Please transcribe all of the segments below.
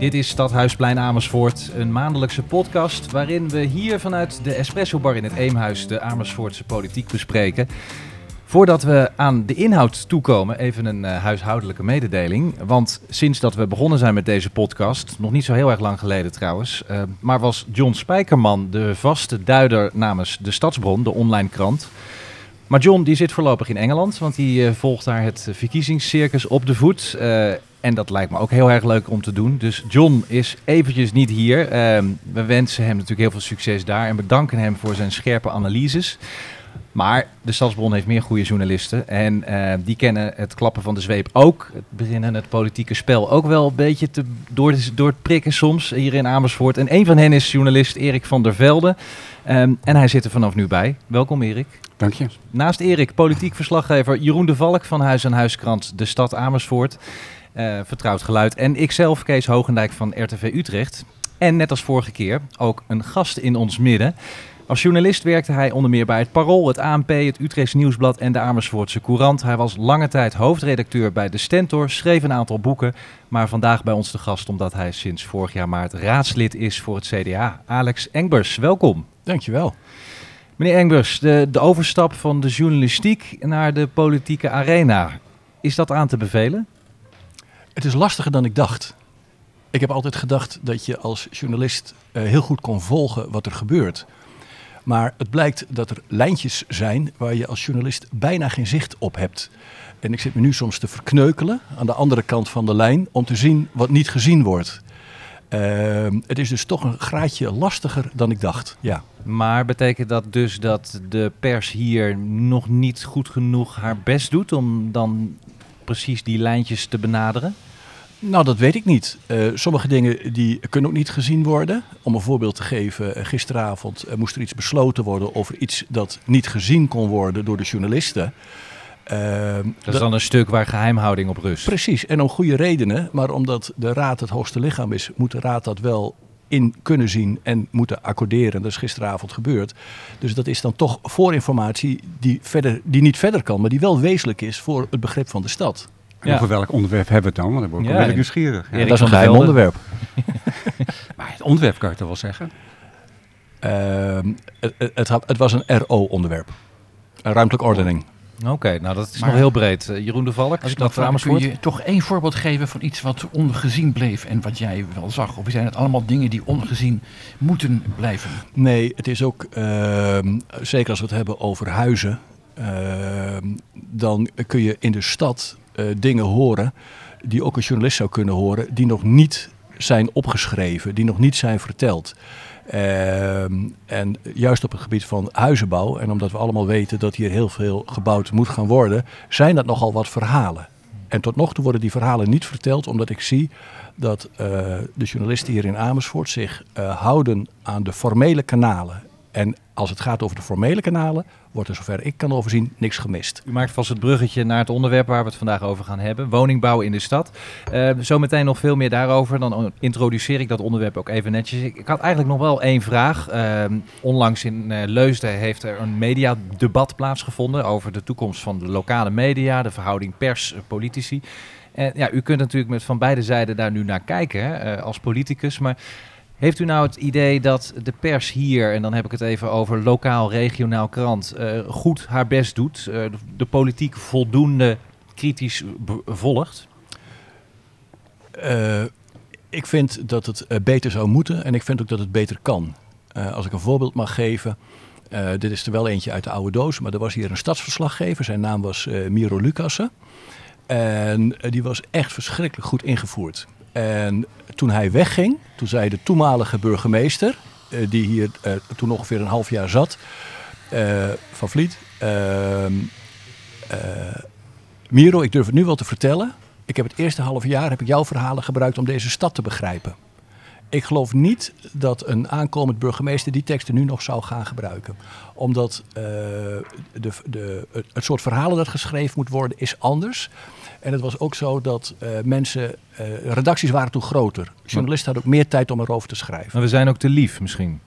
Dit is Stadhuisplein Amersfoort, een maandelijkse podcast waarin we hier vanuit de Espresso Bar in het Eemhuis de Amersfoortse politiek bespreken. Voordat we aan de inhoud toekomen, even een huishoudelijke mededeling. Want sinds dat we begonnen zijn met deze podcast, nog niet zo heel erg lang geleden trouwens, maar was John Spijkerman de vaste duider namens de Stadsbron, de online krant. Maar John die zit voorlopig in Engeland, want die volgt daar het verkiezingscircus op de voet. En dat lijkt me ook heel erg leuk om te doen. Dus John is eventjes niet hier. We wensen hem natuurlijk heel veel succes daar en bedanken hem voor zijn scherpe analyses. Maar de Stadsbron heeft meer goede journalisten en die kennen het klappen van de zweep ook. Het beginnen het politieke spel ook wel een beetje door het prikken soms hier in Amersfoort. En een van hen is journalist Erik van der Velde en hij zit er vanaf nu bij. Welkom Erik. Dank je. Naast Erik politiek verslaggever Jeroen de Valk van Huis aan Huiskrant De Stad Amersfoort. Vertrouwd Geluid en ikzelf Kees Hogendijk van RTV Utrecht. En net als vorige keer ook een gast in ons midden. Als journalist werkte hij onder meer bij het Parool, het ANP, het Utrechts Nieuwsblad en de Amersfoortse Courant. Hij was lange tijd hoofdredacteur bij De Stentor, schreef een aantal boeken, maar vandaag bij ons te gast omdat hij sinds vorig jaar maart raadslid is voor het CDA. Alex Engbers, welkom. Dankjewel. Meneer Engbers, de overstap van de journalistiek naar de politieke arena, is dat aan te bevelen? Het is lastiger dan ik dacht. Ik heb altijd gedacht dat je als journalist heel goed kon volgen wat er gebeurt. Maar het blijkt dat er lijntjes zijn waar je als journalist bijna geen zicht op hebt. En ik zit me nu soms te verkneukelen aan de andere kant van de lijn om te zien wat niet gezien wordt. Het is dus toch een graadje lastiger dan ik dacht, ja. Maar betekent dat dus dat de pers hier nog niet goed genoeg haar best doet om dan precies die lijntjes te benaderen? Nou, dat weet ik niet. Sommige dingen die kunnen ook niet gezien worden. Om een voorbeeld te geven, gisteravond moest er iets besloten worden over iets dat niet gezien kon worden door de journalisten. Dat is dan een stuk waar geheimhouding op rust. Precies, en om goede redenen. Maar omdat de raad het hoogste lichaam is, moet de raad dat wel in kunnen zien en moeten accorderen. Dat is gisteravond gebeurd. Dus dat is dan toch voorinformatie die niet verder kan, maar die wel wezenlijk is voor het begrip van de stad. En over welk onderwerp hebben we het dan? Want dan word ik wel nieuwsgierig. Ja, dat is een geheim onderwerp. Maar het onderwerp kan je toch wel zeggen? Het was een RO-onderwerp. Een ruimtelijke ordening. Oké, nou dat is nog heel breed. Jeroen de Valk, als ik dat vraag, kun je toch één voorbeeld geven van iets wat ongezien bleef en wat jij wel zag? Of zijn het allemaal dingen die ongezien moeten blijven? Nee, het is ook, zeker als we het hebben over huizen, dan kun je in de stad dingen horen die ook een journalist zou kunnen horen, die nog niet zijn opgeschreven, die nog niet zijn verteld. En juist op het gebied van huizenbouw, en omdat we allemaal weten dat hier heel veel gebouwd moet gaan worden, zijn dat nogal wat verhalen. En tot nog toe worden die verhalen niet verteld, omdat ik zie dat de journalisten hier in Amersfoort zich houden aan de formele kanalen. En als het gaat over de formele kanalen, wordt er zover ik kan overzien niks gemist. U maakt vast het bruggetje naar het onderwerp waar we het vandaag over gaan hebben. Woningbouw in de stad. Zometeen nog veel meer daarover. Dan introduceer ik dat onderwerp ook even netjes. Ik had eigenlijk nog wel één vraag. Onlangs in Leusden heeft er een mediadebat plaatsgevonden over de toekomst van de lokale media, de verhouding pers-politici. Ja, u kunt natuurlijk van beide zijden daar nu naar kijken als politicus, maar heeft u nou het idee dat de pers hier, en dan heb ik het even over lokaal, regionaal krant, goed haar best doet, de politiek voldoende kritisch volgt? Ik vind dat het beter zou moeten en ik vind ook dat het beter kan. Als ik een voorbeeld mag geven, dit is er wel eentje uit de oude doos, maar er was hier een stadsverslaggever, zijn naam was Miro Lucassen. En die was echt verschrikkelijk goed ingevoerd. En toen hij wegging, toen zei de toenmalige burgemeester, die hier toen ongeveer een half jaar zat, Van Vliet, Miro, ik durf het nu wel te vertellen. Ik heb het eerste half jaar heb ik jouw verhalen gebruikt om deze stad te begrijpen. Ik geloof niet dat een aankomend burgemeester die teksten nu nog zou gaan gebruiken. Omdat het soort verhalen dat geschreven moet worden is anders. En het was ook zo dat redacties waren toen groter. Journalisten hadden ook meer tijd om erover te schrijven. Maar we zijn ook te lief misschien.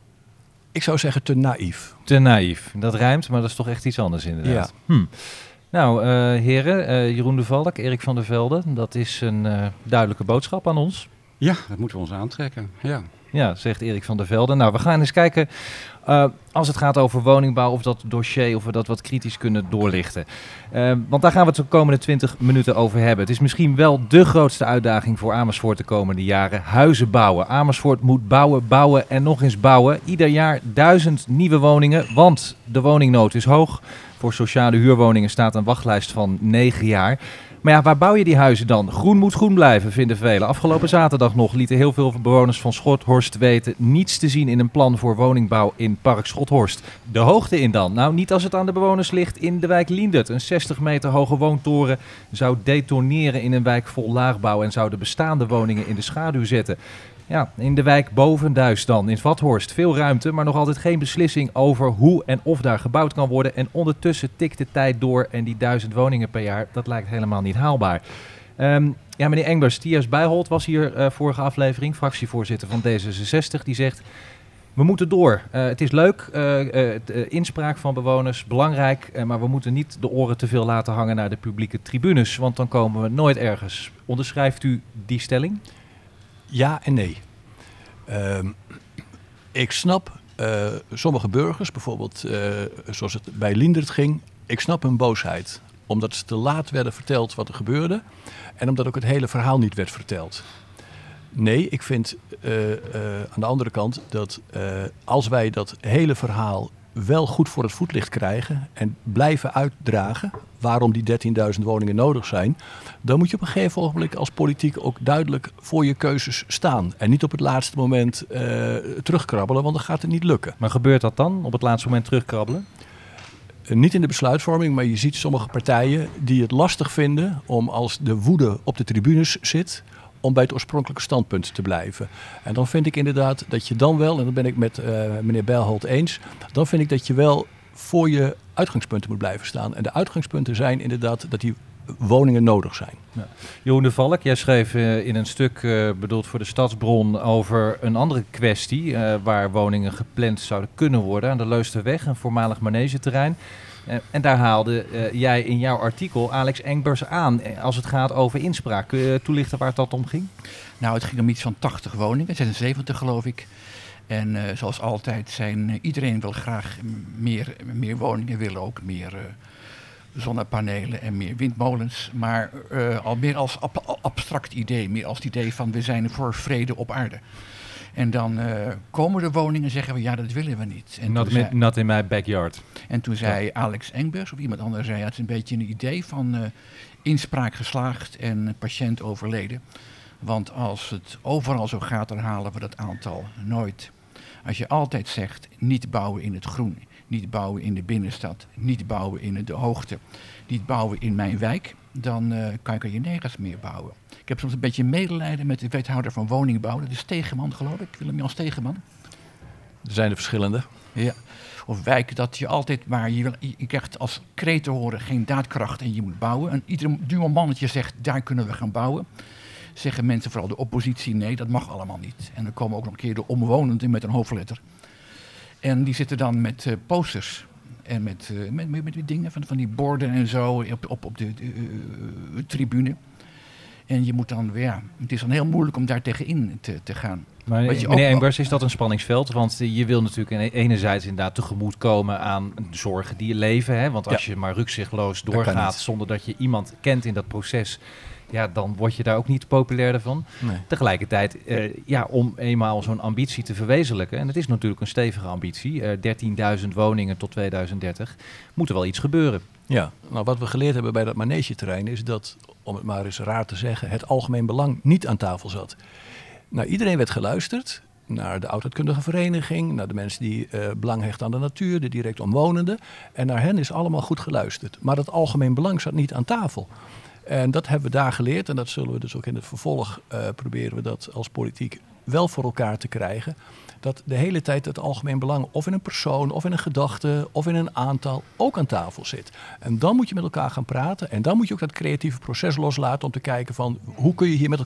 Ik zou zeggen te naïef. Te naïef. Dat rijmt, maar dat is toch echt iets anders inderdaad. Ja. Nou, heren, Jeroen de Valk, Erik van der Velde, dat is een duidelijke boodschap aan ons. Ja, dat moeten we ons aantrekken. Ja. Ja, zegt Erik van der Velde. Nou, we gaan eens kijken, als het gaat over woningbouw, of dat dossier, of we dat wat kritisch kunnen doorlichten. Want daar gaan we het de komende 20 minuten over hebben. Het is misschien wel de grootste uitdaging voor Amersfoort de komende jaren. Huizen bouwen. Amersfoort moet bouwen, bouwen en nog eens bouwen. Ieder jaar 1000 nieuwe woningen, want de woningnood is hoog. Voor sociale huurwoningen staat een wachtlijst van 9 jaar. Maar ja, waar bouw je die huizen dan? Groen moet groen blijven, vinden velen. Afgelopen zaterdag nog lieten heel veel bewoners van Schothorst weten niets te zien in een plan voor woningbouw in Park Schothorst. De hoogte in dan? Nou, niet als het aan de bewoners ligt in de wijk Liendert. Een 60 meter hoge woontoren zou detoneren in een wijk vol laagbouw en zou de bestaande woningen in de schaduw zetten. Ja, in de wijk Bovenduis dan, in Vathorst. Veel ruimte, maar nog altijd geen beslissing over hoe en of daar gebouwd kan worden. En ondertussen tikt de tijd door en die 1000 woningen per jaar, dat lijkt helemaal niet haalbaar. Ja, meneer Engbers, Thiers Bijholt was hier vorige aflevering, fractievoorzitter van D66. Die zegt, we moeten door. Het is leuk, inspraak van bewoners, belangrijk. Maar we moeten niet de oren te veel laten hangen naar de publieke tribunes. Want dan komen we nooit ergens. Onderschrijft u die stelling? Ja en nee. Ik snap sommige burgers, bijvoorbeeld zoals het bij Liendert ging, ik snap hun boosheid. Omdat ze te laat werden verteld wat er gebeurde en omdat ook het hele verhaal niet werd verteld. Nee, ik vind aan de andere kant dat als wij dat hele verhaal wel goed voor het voetlicht krijgen en blijven uitdragen waarom die 13.000 woningen nodig zijn, dan moet je op een gegeven ogenblik als politiek ook duidelijk voor je keuzes staan. En niet op het laatste moment terugkrabbelen, want dan gaat het niet lukken. Maar gebeurt dat dan, op het laatste moment terugkrabbelen? Niet in de besluitvorming, maar je ziet sommige partijen die het lastig vinden om als de woede op de tribunes zit, om bij het oorspronkelijke standpunt te blijven. En dan vind ik inderdaad dat je dan wel, en dat ben ik met meneer Bijlholt eens, dan vind ik dat je wel voor je uitgangspunten moet blijven staan. En de uitgangspunten zijn inderdaad dat die woningen nodig zijn. Ja. Jeroen de Valk, jij schreef in een stuk bedoeld voor de Stadsbron over een andere kwestie waar woningen gepland zouden kunnen worden aan de Leusderweg, een voormalig manegeterrein. En daar haalde jij in jouw artikel Alex Engbers aan als het gaat over inspraak. Kun je toelichten waar het dat om ging? Nou, het ging om iets van 80 woningen, 76 geloof ik. En zoals altijd iedereen wil graag meer woningen, willen ook meer zonnepanelen en meer windmolens. Maar al meer als abstract idee, meer als het idee van we zijn voor vrede op aarde. En dan komen de woningen en zeggen we ja, dat willen we niet. En not in my backyard. En toen zei Alex Engbers of iemand anders zei, het is een beetje een idee van inspraak geslaagd en patiënt overleden. Want als het overal zo gaat, dan halen we dat aantal nooit. Als je altijd zegt, niet bouwen in het groen, niet bouwen in de binnenstad, niet bouwen in de hoogte, niet bouwen in mijn wijk, dan kan je nergens meer bouwen. Ik heb soms een beetje medelijden met de wethouder van woningbouw, dat is Stegeman geloof ik, Willem-Jan Stegeman. Er zijn er verschillende. Ja. Of wijk dat je altijd maar, je krijgt als kreet te horen geen daadkracht en je moet bouwen. En ieder duur mannetje zegt, daar kunnen we gaan bouwen. Zeggen mensen, vooral de oppositie, nee, dat mag allemaal niet. En dan komen ook nog een keer de omwonenden met een hoofdletter. En die zitten dan met posters en met dingen van die borden en zo op de tribune. En je moet dan, het is dan heel moeilijk om daar tegenin te gaan. Maar meneer Engbers, is dat een spanningsveld? Want je wil natuurlijk enerzijds inderdaad tegemoet komen aan zorgen die je leven. Hè? Want als je maar rukzichtloos doorgaat zonder dat je iemand kent in dat proces, ja, dan word je daar ook niet populairder van. Nee. Tegelijkertijd, om eenmaal zo'n ambitie te verwezenlijken, en het is natuurlijk een stevige ambitie, 13.000 woningen tot 2030, moet er wel iets gebeuren. Ja, nou wat we geleerd hebben bij dat manegeterrein is dat, om het maar eens raar te zeggen, het algemeen belang niet aan tafel zat. Nou, iedereen werd geluisterd, naar de oudheidkundige vereniging, naar de mensen die belang hechten aan de natuur, de direct omwonenden. En naar hen is allemaal goed geluisterd. Maar dat algemeen belang zat niet aan tafel. En dat hebben we daar geleerd en dat zullen we dus ook in het vervolg proberen we dat als politiek wel voor elkaar te krijgen. Dat de hele tijd het algemeen belang of in een persoon of in een gedachte of in een aantal ook aan tafel zit. En dan moet je met elkaar gaan praten en dan moet je ook dat creatieve proces loslaten om te kijken van hoe kun je hier met elkaar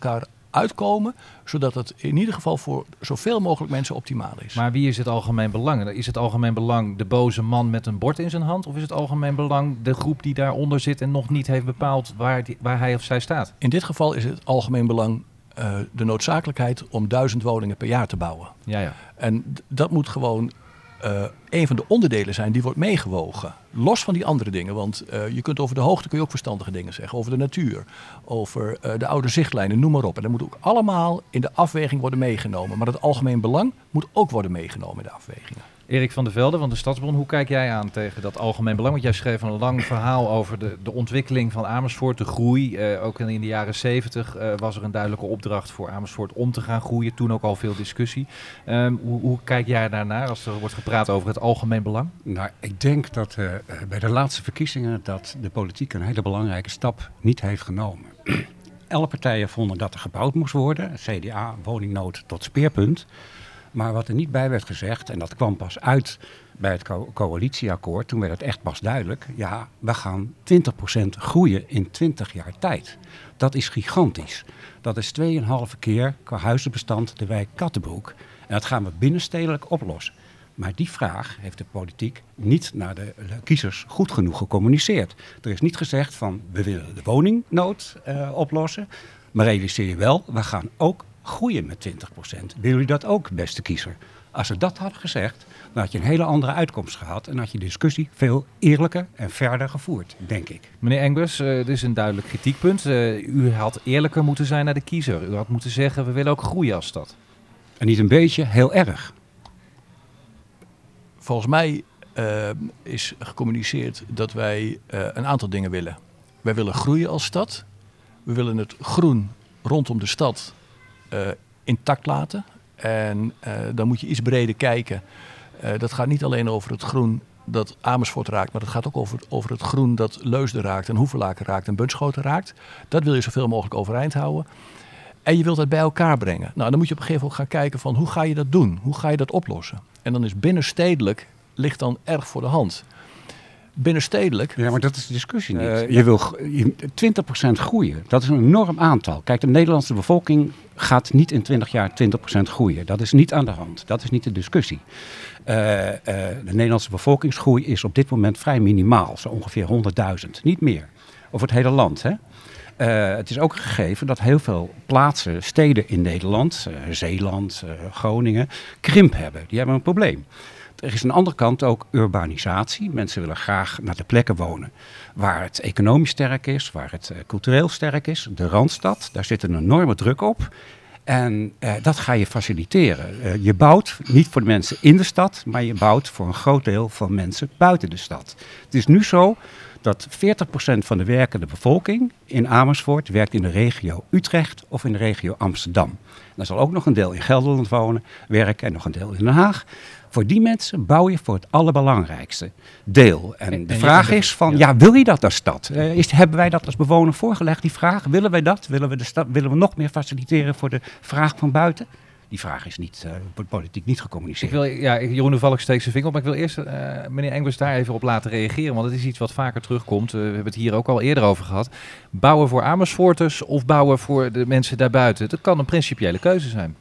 uitkomen, zodat het in ieder geval voor zoveel mogelijk mensen optimaal is. Maar wie is het algemeen belang? Is het algemeen belang de boze man met een bord in zijn hand? Of is het algemeen belang de groep die daaronder zit en nog niet heeft bepaald waar hij of zij staat? In dit geval is het algemeen belang de noodzakelijkheid om 1000 woningen per jaar te bouwen. Ja. En dat moet gewoon een van de onderdelen zijn die wordt meegewogen. Los van die andere dingen. Want je kunt over de hoogte kun je ook verstandige dingen zeggen. Over de natuur. Over de oude zichtlijnen. Noem maar op. En dat moet ook allemaal in de afweging worden meegenomen. Maar het algemeen belang moet ook worden meegenomen in de afwegingen. Erik van der Velde van de Stadsbron, hoe kijk jij aan tegen dat algemeen belang? Want jij schreef een lang verhaal over de ontwikkeling van Amersfoort, de groei. Ook in de jaren 70 was er een duidelijke opdracht voor Amersfoort om te gaan groeien. Toen ook al veel discussie. Hoe kijk jij daarnaar als er wordt gepraat over het algemeen belang? Nou, ik denk dat bij de laatste verkiezingen dat de politiek een hele belangrijke stap niet heeft genomen. Alle partijen vonden dat er gebouwd moest worden. CDA, woningnood tot speerpunt. Maar wat er niet bij werd gezegd, en dat kwam pas uit bij het coalitieakkoord, toen werd het echt pas duidelijk. Ja, we gaan 20% groeien in 20 jaar tijd. Dat is gigantisch. Dat is 2,5 keer qua huizenbestand de wijk Kattenbroek. En dat gaan we binnenstedelijk oplossen. Maar die vraag heeft de politiek niet naar de kiezers goed genoeg gecommuniceerd. Er is niet gezegd van we willen de woningnood oplossen. Maar realiseer je wel, we gaan ook groeien met 20%. Willen jullie dat ook, beste kiezer? Als ze dat hadden gezegd, dan had je een hele andere uitkomst gehad. En had je de discussie veel eerlijker en verder gevoerd, denk ik. Meneer Engbers, dit is een duidelijk kritiekpunt. U had eerlijker moeten zijn naar de kiezer. U had moeten zeggen, we willen ook groeien als stad. En niet een beetje, heel erg. Volgens mij is gecommuniceerd dat wij een aantal dingen willen. Wij willen groeien als stad. We willen het groen rondom de stad intact laten. En dan moet je iets breder kijken. Dat gaat niet alleen over het groen dat Amersfoort raakt, maar dat gaat ook over het groen dat Leusden raakt en Hoevelaken raakt en Bunschoten raakt. Dat wil je zoveel mogelijk overeind houden. En je wilt dat bij elkaar brengen. Nou, dan moet je op een gegeven moment gaan kijken van hoe ga je dat doen? Hoe ga je dat oplossen? En dan is binnenstedelijk ligt dan erg voor de hand. Binnenstedelijk. Ja, maar dat is de discussie niet. Je wil 20% groeien. Dat is een enorm aantal. Kijk, de Nederlandse bevolking gaat niet in 20 jaar 20% groeien. Dat is niet aan de hand. Dat is niet de discussie. De Nederlandse bevolkingsgroei is op dit moment vrij minimaal. Zo ongeveer 100.000. Niet meer. Over het hele land, hè. Het is ook gegeven dat heel veel plaatsen, steden in Nederland, Zeeland, Groningen, krimp hebben. Die hebben een probleem. Er is aan de andere kant ook urbanisatie. Mensen willen graag naar de plekken wonen waar het economisch sterk is, waar het cultureel sterk is. De Randstad, daar zit een enorme druk op. En dat ga je faciliteren. Je bouwt niet voor de mensen in de stad, maar je bouwt voor een groot deel van mensen buiten de stad. Het is nu zo dat 40% van de werkende bevolking in Amersfoort werkt in de regio Utrecht of in de regio Amsterdam. Er zal ook nog een deel in Gelderland wonen, werken en nog een deel in Den Haag. Voor die mensen bouw je voor het allerbelangrijkste deel. En de vraag is van, ja, wil je dat als stad? Hebben wij dat als bewoner voorgelegd, die vraag? Willen wij dat? Willen we nog meer faciliteren voor de vraag van buiten? Die vraag is niet, wordt politiek niet gecommuniceerd. Jeroen de Valk steekt zijn vinger op, maar ik wil eerst meneer Engbers daar even op laten reageren, want het is iets wat vaker terugkomt. We hebben het hier ook al eerder over gehad. Bouwen voor Amersfoorters of bouwen voor de mensen daarbuiten? Dat kan een principiële keuze zijn.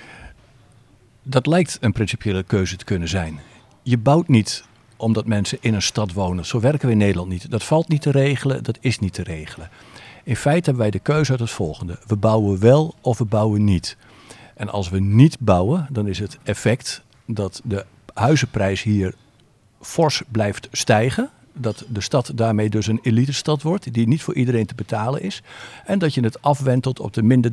Dat lijkt een principiële keuze te kunnen zijn. Je bouwt niet omdat mensen in een stad wonen. Zo werken we in Nederland niet. Dat valt niet te regelen, dat is niet te regelen. In feite hebben wij de keuze uit het volgende. We bouwen wel of we bouwen niet. En als we niet bouwen, dan is het effect dat de huizenprijs hier fors blijft stijgen. Dat de stad daarmee dus een elitestad wordt, die niet voor iedereen te betalen is. En dat je het afwentelt op de minder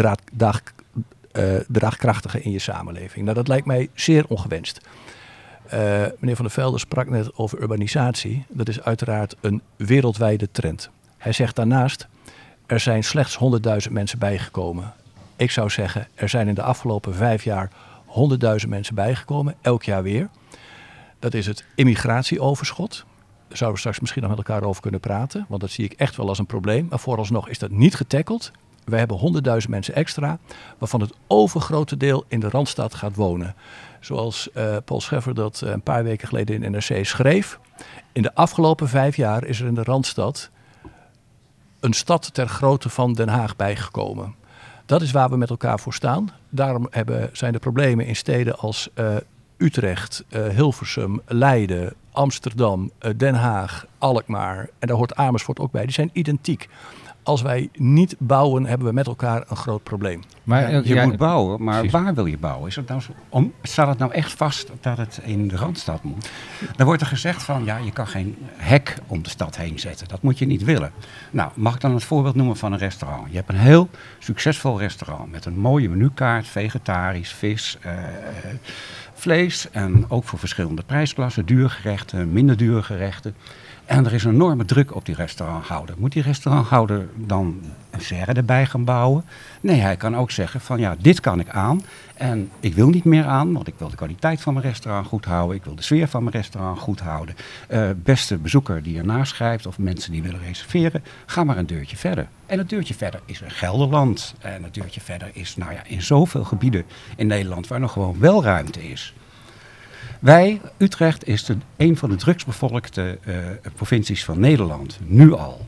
draagkrachtige in je samenleving. Nou, dat lijkt mij zeer ongewenst. Meneer Van der Velde sprak net over urbanisatie. Dat is uiteraard een wereldwijde trend. Hij zegt daarnaast, er zijn slechts 100.000 mensen bijgekomen. Ik zou zeggen, er zijn in de afgelopen 5 jaar 100.000 mensen bijgekomen, elk jaar weer. Dat is het immigratieoverschot. Daar zouden we straks misschien nog met elkaar over kunnen praten, want dat zie ik echt wel als een probleem. Maar vooralsnog is dat niet getackeld. We hebben 100.000 mensen extra, waarvan het overgrote deel in de Randstad gaat wonen. Zoals Paul Scheffer dat een paar weken geleden in NRC schreef. In de afgelopen 5 jaar is er in de Randstad een stad ter grootte van Den Haag bijgekomen. Dat is waar we met elkaar voor staan. Daarom zijn de problemen in steden als Utrecht, Hilversum, Leiden, Amsterdam, Den Haag, Alkmaar, en daar hoort Amersfoort ook bij, die zijn identiek. Als wij niet bouwen, hebben we met elkaar een groot probleem. Maar je moet bouwen, maar precies. Waar wil je bouwen? Staat het nou echt vast dat het in de Randstad moet? Dan wordt er gezegd van, je kan geen hek om de stad heen zetten. Dat moet je niet willen. Nou, mag ik dan het voorbeeld noemen van een restaurant? Je hebt een heel succesvol restaurant met een mooie menukaart, vegetarisch, vis, vlees en ook voor verschillende prijsklassen, duurgerechten, minder dure gerechten. En er is een enorme druk op die restauranthouder. Moet die restauranthouder dan een serre erbij gaan bouwen? Nee, hij kan ook zeggen van dit kan ik aan. En ik wil niet meer aan, want ik wil de kwaliteit van mijn restaurant goed houden. Ik wil de sfeer van mijn restaurant goed houden. Beste bezoeker die ernaast schrijft of mensen die willen reserveren, ga maar een deurtje verder. En het deurtje verder is in Gelderland. En het deurtje verder is in zoveel gebieden in Nederland waar nog gewoon wel ruimte is. Utrecht is een van de drugsbevolkte provincies van Nederland, nu al.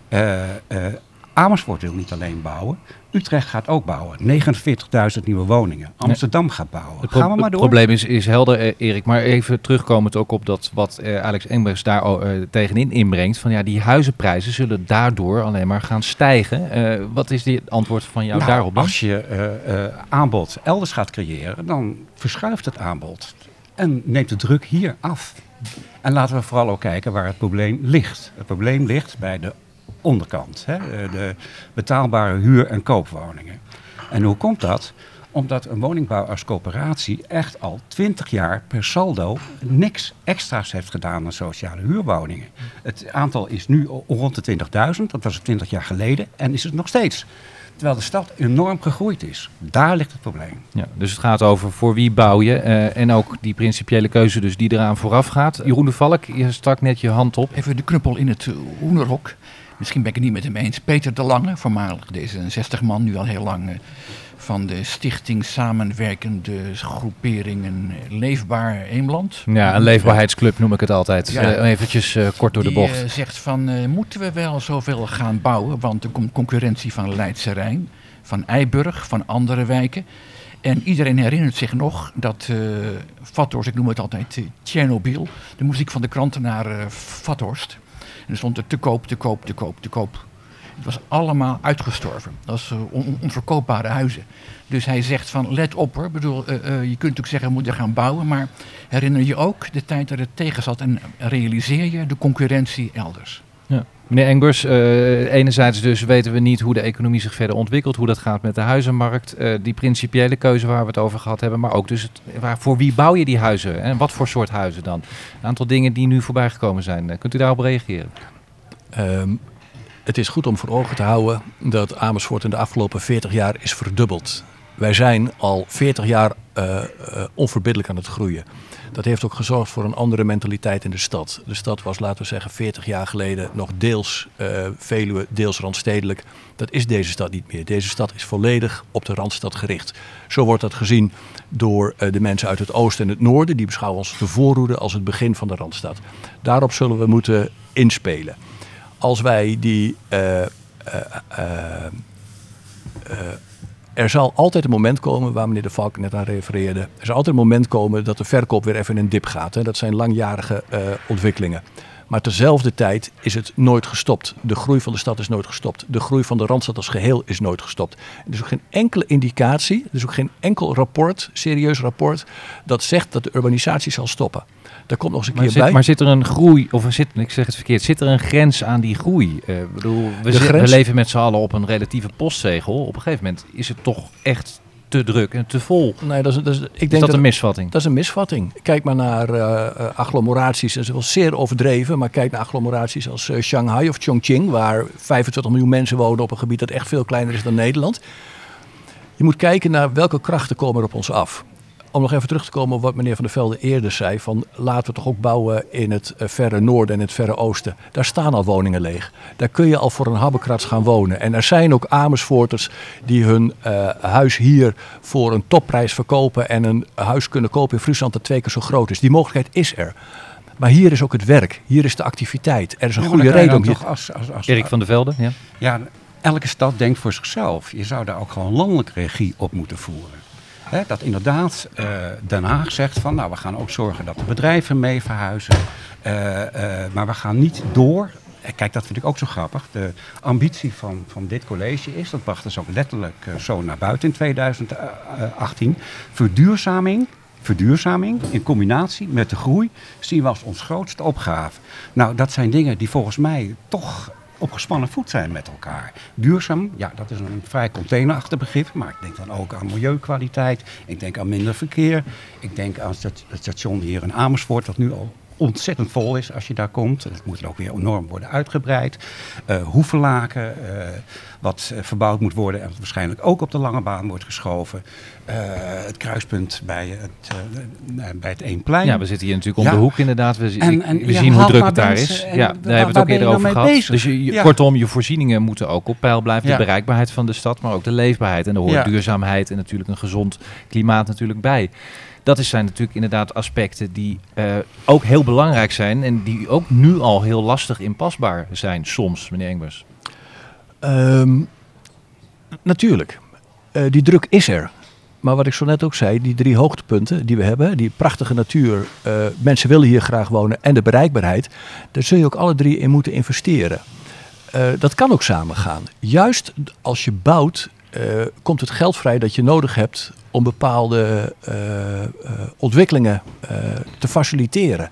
Amersfoort wil niet alleen bouwen, Utrecht gaat ook bouwen. 49.000 nieuwe woningen. Amsterdam gaat bouwen. Gaan we maar door. Het probleem is helder, Erik, maar even terugkomend ook op dat wat Alex Engbers daar tegenin inbrengt. Van die huizenprijzen zullen daardoor alleen maar gaan stijgen. Wat is het antwoord van jou daarop? Als je aanbod elders gaat creëren, dan verschuift het aanbod. En neemt de druk hier af. En laten we vooral ook kijken waar het probleem ligt. Het probleem ligt bij de onderkant. De betaalbare huur- en koopwoningen. En hoe komt dat? Omdat een woningbouw als coöperatie echt al 20 jaar per saldo niks extra's heeft gedaan aan sociale huurwoningen. Het aantal is nu rond de 20.000. Dat was 20 jaar geleden. En is het nog steeds. Terwijl de stad enorm gegroeid is. Daar ligt het probleem. Ja, dus het gaat over voor wie bouw je. En ook die principiële keuze dus die eraan vooraf gaat. Jeroen de Valk, je stak net je hand op. Even de knuppel in het hoenderhok. Misschien ben ik het niet met hem eens. Peter de Lange, voormalig D66-man, nu al heel lang van de stichting Samenwerkende Groeperingen Leefbaar Eemland. Ja, een leefbaarheidsclub noem ik het altijd. Ja. Eventjes kort door de bocht. Die zegt van, moeten we wel zoveel gaan bouwen? Want er komt concurrentie van Leidse Rijn, van Eiburg, van andere wijken. En iedereen herinnert zich nog dat Vathorst, ik noem het altijd Tsjernobyl, de muziek van de krantenaar Vathorst. En er stond er te koop, te koop, te koop, te koop. Het was allemaal uitgestorven. Dat was onverkoopbare huizen. Dus hij zegt van, let op hoor. Ik bedoel, je kunt natuurlijk zeggen, we moeten gaan bouwen. Maar herinner je ook de tijd dat het tegen zat en realiseer je de concurrentie elders? Ja. Meneer Engbers, enerzijds dus weten we niet hoe de economie zich verder ontwikkelt. Hoe dat gaat met de huizenmarkt. Die principiële keuze waar we het over gehad hebben. Maar ook dus voor wie bouw je die huizen? En wat voor soort huizen dan? Een aantal dingen die nu voorbij gekomen zijn. Kunt u daarop reageren? Het is goed om voor ogen te houden dat Amersfoort in de afgelopen 40 jaar is verdubbeld. Wij zijn al 40 jaar onverbiddelijk aan het groeien. Dat heeft ook gezorgd voor een andere mentaliteit in de stad. De stad was, laten we zeggen, 40 jaar geleden nog deels Veluwe, deels randstedelijk. Dat is deze stad niet meer. Deze stad is volledig op de Randstad gericht. Zo wordt dat gezien door de mensen uit het oosten en het noorden. Die beschouwen ons de voorhoede als het begin van de Randstad. Daarop zullen we moeten inspelen. Als wij er zal altijd een moment komen, waar meneer De Valk net aan refereerde. Er zal altijd een moment komen dat de verkoop weer even in een dip gaat. Hè. Dat zijn langjarige ontwikkelingen. Maar tezelfde tijd is het nooit gestopt. De groei van de stad is nooit gestopt. De groei van de Randstad als geheel is nooit gestopt. Er is ook geen enkele indicatie, er is ook geen enkel rapport, serieus rapport, dat zegt dat de urbanisatie zal stoppen. Daar komt nog eens een keer bij. Maar zit er een groei, of ik zeg het verkeerd, zit er een grens aan die groei? We leven met z'n allen op een relatieve postzegel. Op een gegeven moment is het toch echt te druk en te vol. Nee, ik denk dat een misvatting? Dat is een misvatting. Kijk maar naar agglomeraties. Dat is wel zeer overdreven, maar kijk naar agglomeraties als Shanghai of Chongqing, waar 25 miljoen mensen wonen op een gebied dat echt veel kleiner is dan Nederland. Je moet kijken naar welke krachten komen er op ons af. Om nog even terug te komen op wat meneer Van der Velde eerder zei, van laten we toch ook bouwen in het verre noorden en het verre oosten. Daar staan al woningen leeg. Daar kun je al voor een habbekrats gaan wonen. En er zijn ook Amersfoorters die hun huis hier voor een topprijs verkopen en een huis kunnen kopen in Friesland dat 2 keer zo groot is. Die mogelijkheid is er. Maar hier is ook het werk. Hier is de activiteit. Er is een goede reden om hier... Erik van der Velde, ja. Ja, elke stad denkt voor zichzelf. Je zou daar ook gewoon landelijke regie op moeten voeren. Dat inderdaad Den Haag zegt van, nou, we gaan ook zorgen dat de bedrijven mee verhuizen. Maar we gaan niet door. Kijk, dat vind ik ook zo grappig. De ambitie van dit college is, dat bracht dus ook letterlijk zo naar buiten in 2018. Verduurzaming in combinatie met de groei zien we als ons grootste opgave. Nou, dat zijn dingen die volgens mij toch op gespannen voet zijn met elkaar. Duurzaam, ja, dat is een vrij containerachtig begrip, maar ik denk dan ook aan milieukwaliteit. Ik denk aan minder verkeer. Ik denk aan het station hier in Amersfoort, dat nu al ontzettend vol is als je daar komt. Het moet er ook weer enorm worden uitgebreid. Hoevenlaken, wat verbouwd moet worden en waarschijnlijk ook op de lange baan wordt geschoven. Het kruispunt bij het Eemplein. Ja, we zitten hier natuurlijk om de hoek inderdaad. We zien hoe druk het daar is. Ja, daar hebben we het ook eerder over gehad. Bezig. Dus kortom, je voorzieningen moeten ook op peil blijven. De bereikbaarheid van de stad, maar ook de leefbaarheid. En daar hoort duurzaamheid en natuurlijk een gezond klimaat natuurlijk bij. Dat zijn natuurlijk inderdaad aspecten die ook heel belangrijk zijn en die ook nu al heel lastig inpasbaar zijn soms, meneer Engbers. Natuurlijk. Die druk is er. Maar wat ik zo net ook zei, die 3 hoogtepunten die we hebben, die prachtige natuur, mensen willen hier graag wonen en de bereikbaarheid, daar zul je ook alle 3 in moeten investeren. Dat kan ook samengaan. Juist als je bouwt, komt het geld vrij dat je nodig hebt om bepaalde ontwikkelingen te faciliteren.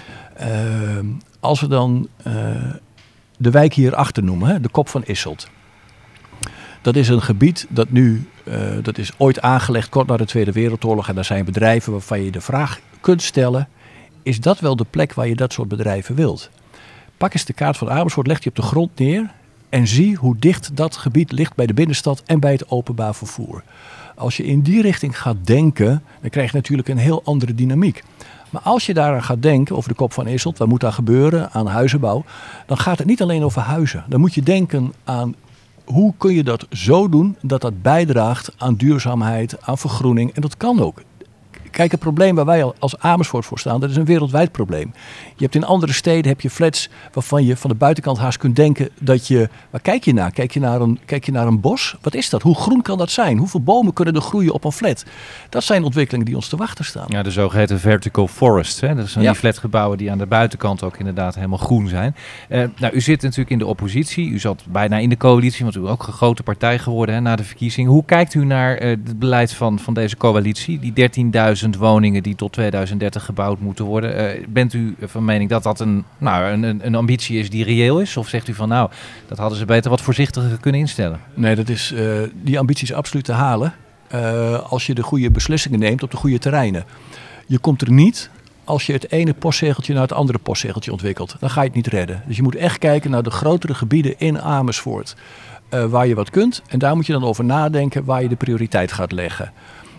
Als we dan de wijk hierachter noemen, de Kop van Isselt. Dat is een gebied dat nu, dat is ooit aangelegd kort na de Tweede Wereldoorlog. En daar zijn bedrijven waarvan je de vraag kunt stellen, is dat wel de plek waar je dat soort bedrijven wilt? Pak eens de kaart van Amersfoort, leg die op de grond neer en zie hoe dicht dat gebied ligt bij de binnenstad en bij het openbaar vervoer. Als je in die richting gaat denken, dan krijg je natuurlijk een heel andere dynamiek. Maar als je daaraan gaat denken over de Kop van Isselt, wat moet daar gebeuren aan huizenbouw, dan gaat het niet alleen over huizen. Dan moet je denken aan hoe kun je dat zo doen dat dat bijdraagt aan duurzaamheid, aan vergroening. En dat kan ook. Kijk, het probleem waar wij als Amersfoort voor staan, dat is een wereldwijd probleem. Je hebt in andere steden heb je flats waarvan je van de buitenkant haast kunt denken dat je... Waar kijk je naar? Kijk je naar een bos? Wat is dat? Hoe groen kan dat zijn? Hoeveel bomen kunnen er groeien op een flat? Dat zijn ontwikkelingen die ons te wachten staan. Ja, de zogeheten vertical forests. Hè? Dat zijn die flatgebouwen die aan de buitenkant ook inderdaad helemaal groen zijn. Nou, u zit natuurlijk in de oppositie. U zat bijna in de coalitie, want u is ook een grote partij geworden na de verkiezing. Hoe kijkt u naar het beleid van deze coalitie? Die 13.000 woningen die tot 2030 gebouwd moeten worden. Bent u van mening dat dat een ambitie is die reëel is? Of zegt u van nou, dat hadden ze beter wat voorzichtiger kunnen instellen? Nee, die ambitie is absoluut te halen als je de goede beslissingen neemt op de goede terreinen. Je komt er niet als je het ene postzegeltje naar het andere postzegeltje ontwikkelt. Dan ga je het niet redden. Dus je moet echt kijken naar de grotere gebieden in Amersfoort waar je wat kunt. En daar moet je dan over nadenken waar je de prioriteit gaat leggen.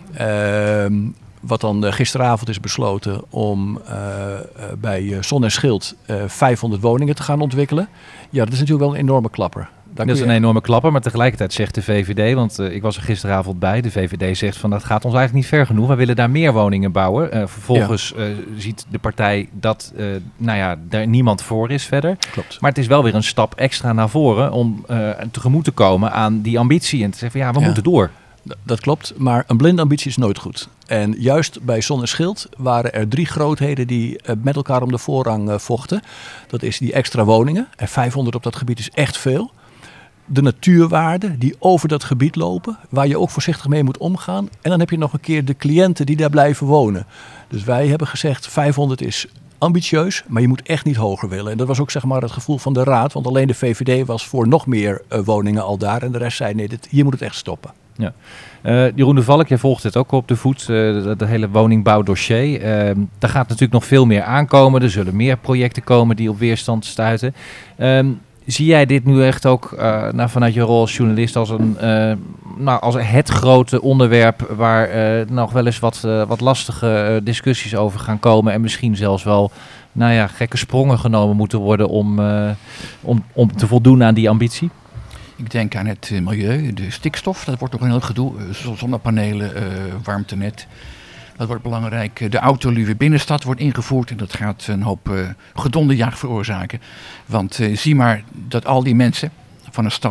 Wat dan gisteravond is besloten om bij Zon en Schild 500 woningen te gaan ontwikkelen. Ja, dat is natuurlijk wel een enorme klapper. Dat is een enorme klapper, maar tegelijkertijd zegt de VVD, want ik was er gisteravond bij, de VVD zegt van dat gaat ons eigenlijk niet ver genoeg. Wij willen daar meer woningen bouwen. Vervolgens ziet de partij dat daar niemand voor is verder. Klopt. Maar het is wel weer een stap extra naar voren om tegemoet te komen aan die ambitie en te zeggen van we moeten door. Dat klopt, maar een blinde ambitie is nooit goed. En juist bij Zon en Schild waren er 3 grootheden die met elkaar om de voorrang vochten. Dat is die extra woningen. En 500 op dat gebied is echt veel. De natuurwaarden die over dat gebied lopen, waar je ook voorzichtig mee moet omgaan. En dan heb je nog een keer de cliënten die daar blijven wonen. Dus wij hebben gezegd 500 is ambitieus, maar je moet echt niet hoger willen. En dat was ook zeg maar het gevoel van de raad, want alleen de VVD was voor nog meer woningen al daar. En de rest zei nee, hier moet het echt stoppen. Ja. Jeroen de Valk, jij volgt het ook op de voet, de hele woningbouwdossier. Daar gaat natuurlijk nog veel meer aankomen. Er zullen meer projecten komen die op weerstand stuiten. Zie jij dit nu echt ook vanuit je rol als journalist als het grote onderwerp waar nog wel eens wat lastige discussies over gaan komen en misschien zelfs wel gekke sprongen genomen moeten worden om te voldoen aan die ambitie? Ik denk aan het milieu, de stikstof, dat wordt nog een heel gedoe. Zonnepanelen, warmtenet, dat wordt belangrijk. De autoluwe binnenstad wordt ingevoerd en dat gaat een hoop gedonderjaag veroorzaken. Want zie maar dat al die mensen van een stad die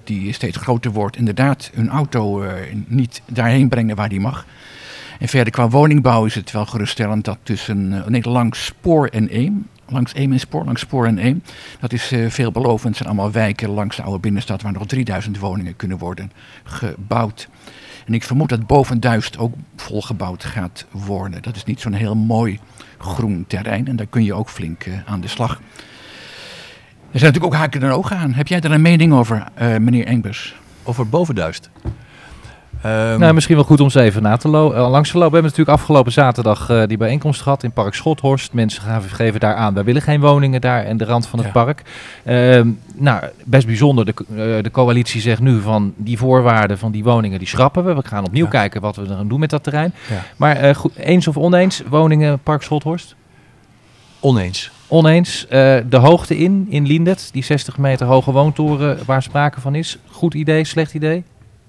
die steeds groter wordt, inderdaad hun auto niet daarheen brengen waar die mag. En verder qua woningbouw is het wel geruststellend dat langs Spoor en Eem, langs Eem en Spoor, langs Spoor en Eem, dat is veelbelovend. Het zijn allemaal wijken langs de oude binnenstad waar nog 3000 woningen kunnen worden gebouwd. En ik vermoed dat boven Duist ook volgebouwd gaat worden. Dat is niet zo'n heel mooi groen terrein en daar kun je ook flink aan de slag. Er zijn natuurlijk ook haken en ogen aan. Heb jij daar een mening over, meneer Engbers? Over Bovenduist? Misschien wel goed om ze even langs te lopen. We hebben natuurlijk afgelopen zaterdag die bijeenkomst gehad in Park Schothorst. Mensen geven daar aan, wij willen geen woningen daar aan de rand van het park. Best bijzonder. De coalitie zegt nu van die voorwaarden van die woningen, die schrappen we. We gaan opnieuw kijken wat we gaan doen met dat terrein. Ja. Maar eens of oneens, woningen Park Schothorst? Oneens. Oneens. De hoogte in Liendet, die 60 meter hoge woontoren waar sprake van is. Goed idee, slecht idee?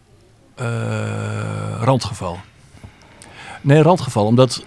Randgeval. Nee, randgeval. Omdat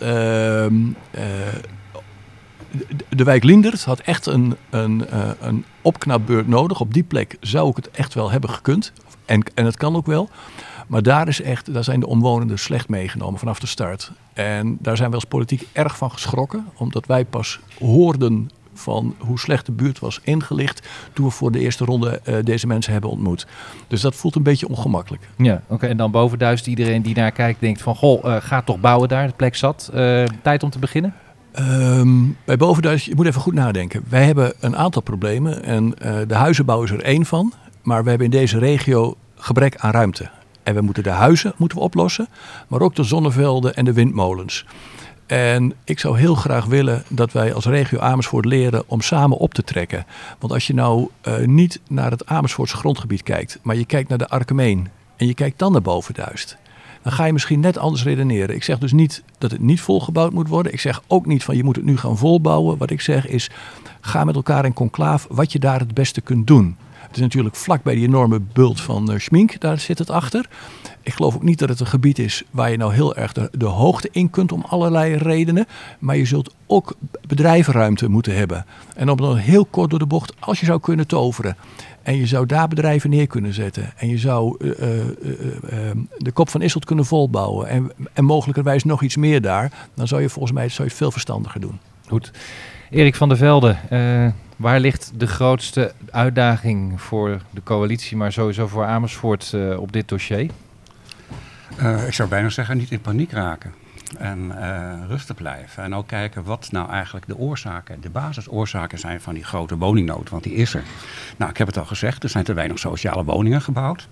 de wijk Liendert had echt een opknapbeurt nodig. Op die plek zou ik het echt wel hebben gekund. En het kan ook wel. Maar daar zijn de omwonenden slecht meegenomen vanaf de start. En daar zijn we als politiek erg van geschrokken. Omdat wij pas hoorden van hoe slecht de buurt was ingelicht toen we voor de eerste ronde deze mensen hebben ontmoet. Dus dat voelt een beetje ongemakkelijk. Ja, oké. En dan boven Duist, iedereen die naar kijkt denkt van, ga toch bouwen daar, de plek zat. Tijd om te beginnen? Bij Bovenduist, je moet even goed nadenken. Wij hebben een aantal problemen en de huizenbouw is er één van. Maar we hebben in deze regio gebrek aan ruimte. En we moeten de huizen oplossen, maar ook de zonnevelden en de windmolens. En ik zou heel graag willen dat wij als regio Amersfoort leren om samen op te trekken. Want als je nou niet naar het Amersfoortse grondgebied kijkt, maar je kijkt naar de Arkenmeen en je kijkt dan naar Bovenduist, dan ga je misschien net anders redeneren. Ik zeg dus niet dat het niet volgebouwd moet worden. Ik zeg ook niet van je moet het nu gaan volbouwen. Wat ik zeg is, ga met elkaar in conclaaf wat je daar het beste kunt doen. Het is natuurlijk vlak bij die enorme bult van Schmink, daar zit het achter. Ik geloof ook niet dat het een gebied is waar je nou heel erg de hoogte in kunt om allerlei redenen. Maar je zult ook bedrijvenruimte moeten hebben. En om dan heel kort door de bocht, als je zou kunnen toveren. En je zou daar bedrijven neer kunnen zetten. En je zou de Kop van Isselt kunnen volbouwen. En mogelijkerwijs nog iets meer daar. Dan zou je volgens mij het veel verstandiger doen. Goed. Erik van der Velde, waar ligt de grootste uitdaging voor de coalitie, maar sowieso voor Amersfoort op dit dossier? Ik zou bijna zeggen, niet in paniek raken. En rustig blijven. En ook kijken wat nou eigenlijk de oorzaken, de basisoorzaken zijn van die grote woningnood. Want die is er. Nou, ik heb het al gezegd, er zijn te weinig sociale woningen gebouwd.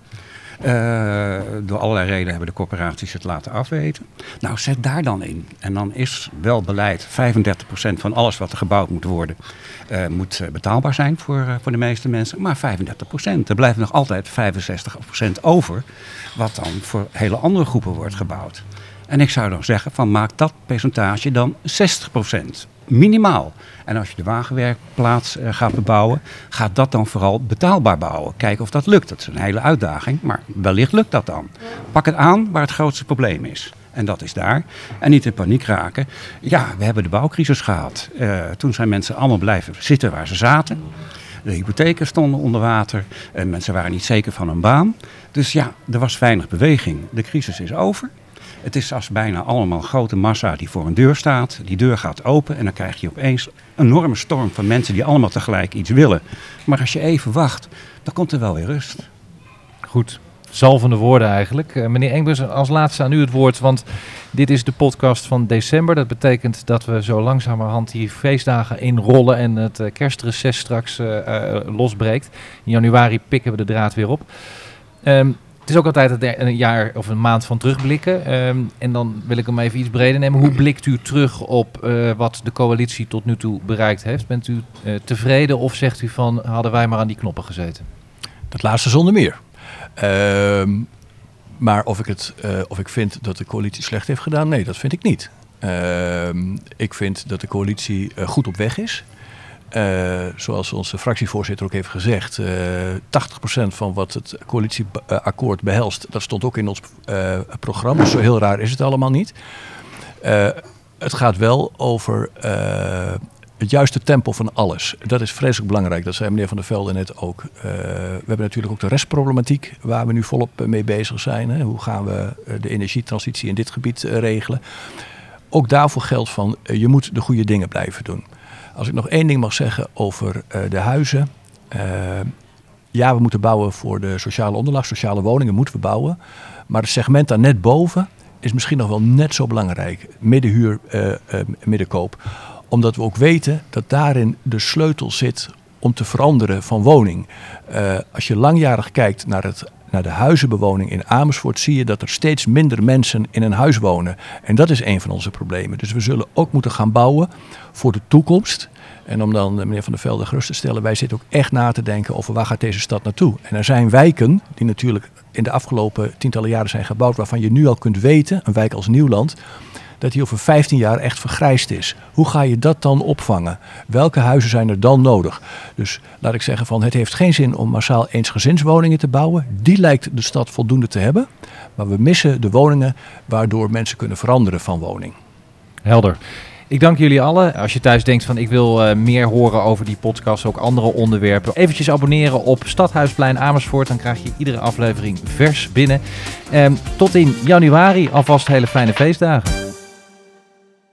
Door allerlei redenen hebben de corporaties het laten afweten. Nou, zet daar dan in. En dan is wel beleid, 35% van alles wat er gebouwd moet worden, moet betaalbaar zijn voor de meeste mensen. Maar 35%, er blijft nog altijd 65% over, wat dan voor hele andere groepen wordt gebouwd. En ik zou dan zeggen, van maak dat percentage dan 60%. Minimaal. En als je de wagenwerkplaats gaat bebouwen, ga dat dan vooral betaalbaar bouwen. Kijken of dat lukt. Dat is een hele uitdaging, maar wellicht lukt dat dan. Pak het aan waar het grootste probleem is. En dat is daar. En niet in paniek raken. Ja, we hebben de bouwcrisis gehad. Toen zijn mensen allemaal blijven zitten waar ze zaten. De hypotheken stonden onder water. En mensen waren niet zeker van hun baan. Dus ja, er was weinig beweging. De crisis is over. Het is als bijna allemaal grote massa die voor een deur staat. Die deur gaat open en dan krijg je opeens een enorme storm van mensen die allemaal tegelijk iets willen. Maar als je even wacht, dan komt er wel weer rust. Goed, zalvende woorden eigenlijk. Meneer Engbers, als laatste aan u het woord, want dit is de podcast van december. Dat betekent dat we zo langzamerhand die feestdagen inrollen en het kerstreces straks losbreekt. In januari pikken we de draad weer op. Het is ook altijd een jaar of een maand van terugblikken. En dan wil ik hem even iets breder nemen. Hoe blikt u terug op wat de coalitie tot nu toe bereikt heeft? Bent u tevreden of zegt u van hadden wij maar aan die knoppen gezeten? Dat laatste zonder meer. Maar of ik vind dat de coalitie slecht heeft gedaan, nee, dat vind ik niet. Ik vind dat de coalitie goed op weg is. Zoals onze fractievoorzitter ook heeft gezegd, 80% van wat het coalitieakkoord behelst, dat stond ook in ons programma. Dus zo heel raar is het allemaal niet. Het gaat wel over het juiste tempo van alles. Dat is vreselijk belangrijk. Dat zei meneer Van der Velde net ook. We hebben natuurlijk ook de restproblematiek waar we nu volop mee bezig zijn. Hè. Hoe gaan we de energietransitie in dit gebied regelen? Ook daarvoor geldt van je moet de goede dingen blijven doen. Als ik nog één ding mag zeggen over de huizen. We moeten bouwen voor de sociale onderlag. Sociale woningen moeten we bouwen. Maar het segment daar net boven is misschien nog wel net zo belangrijk. Middenhuur, middenkoop. Omdat we ook weten dat daarin de sleutel zit om te veranderen van woning. Als je langjarig kijkt naar de huizenbewoning in Amersfoort, zie je dat er steeds minder mensen in een huis wonen. En dat is een van onze problemen. Dus we zullen ook moeten gaan bouwen voor de toekomst. En om dan meneer Van der Velde gerust te stellen, wij zitten ook echt na te denken over waar gaat deze stad naartoe. En er zijn wijken die natuurlijk in de afgelopen tientallen jaren zijn gebouwd, waarvan je nu al kunt weten, een wijk als Nieuwland, dat die over 15 jaar echt vergrijsd is. Hoe ga je dat dan opvangen? Welke huizen zijn er dan nodig? Dus laat ik zeggen van het heeft geen zin om massaal eensgezinswoningen te bouwen. Die lijkt de stad voldoende te hebben. Maar we missen de woningen waardoor mensen kunnen veranderen van woning. Helder. Ik dank jullie allen. Als je thuis denkt van ik wil meer horen over die podcast, ook andere onderwerpen. Eventjes abonneren op Stadhuisplein Amersfoort. Dan krijg je iedere aflevering vers binnen. Tot in januari. Alvast hele fijne feestdagen.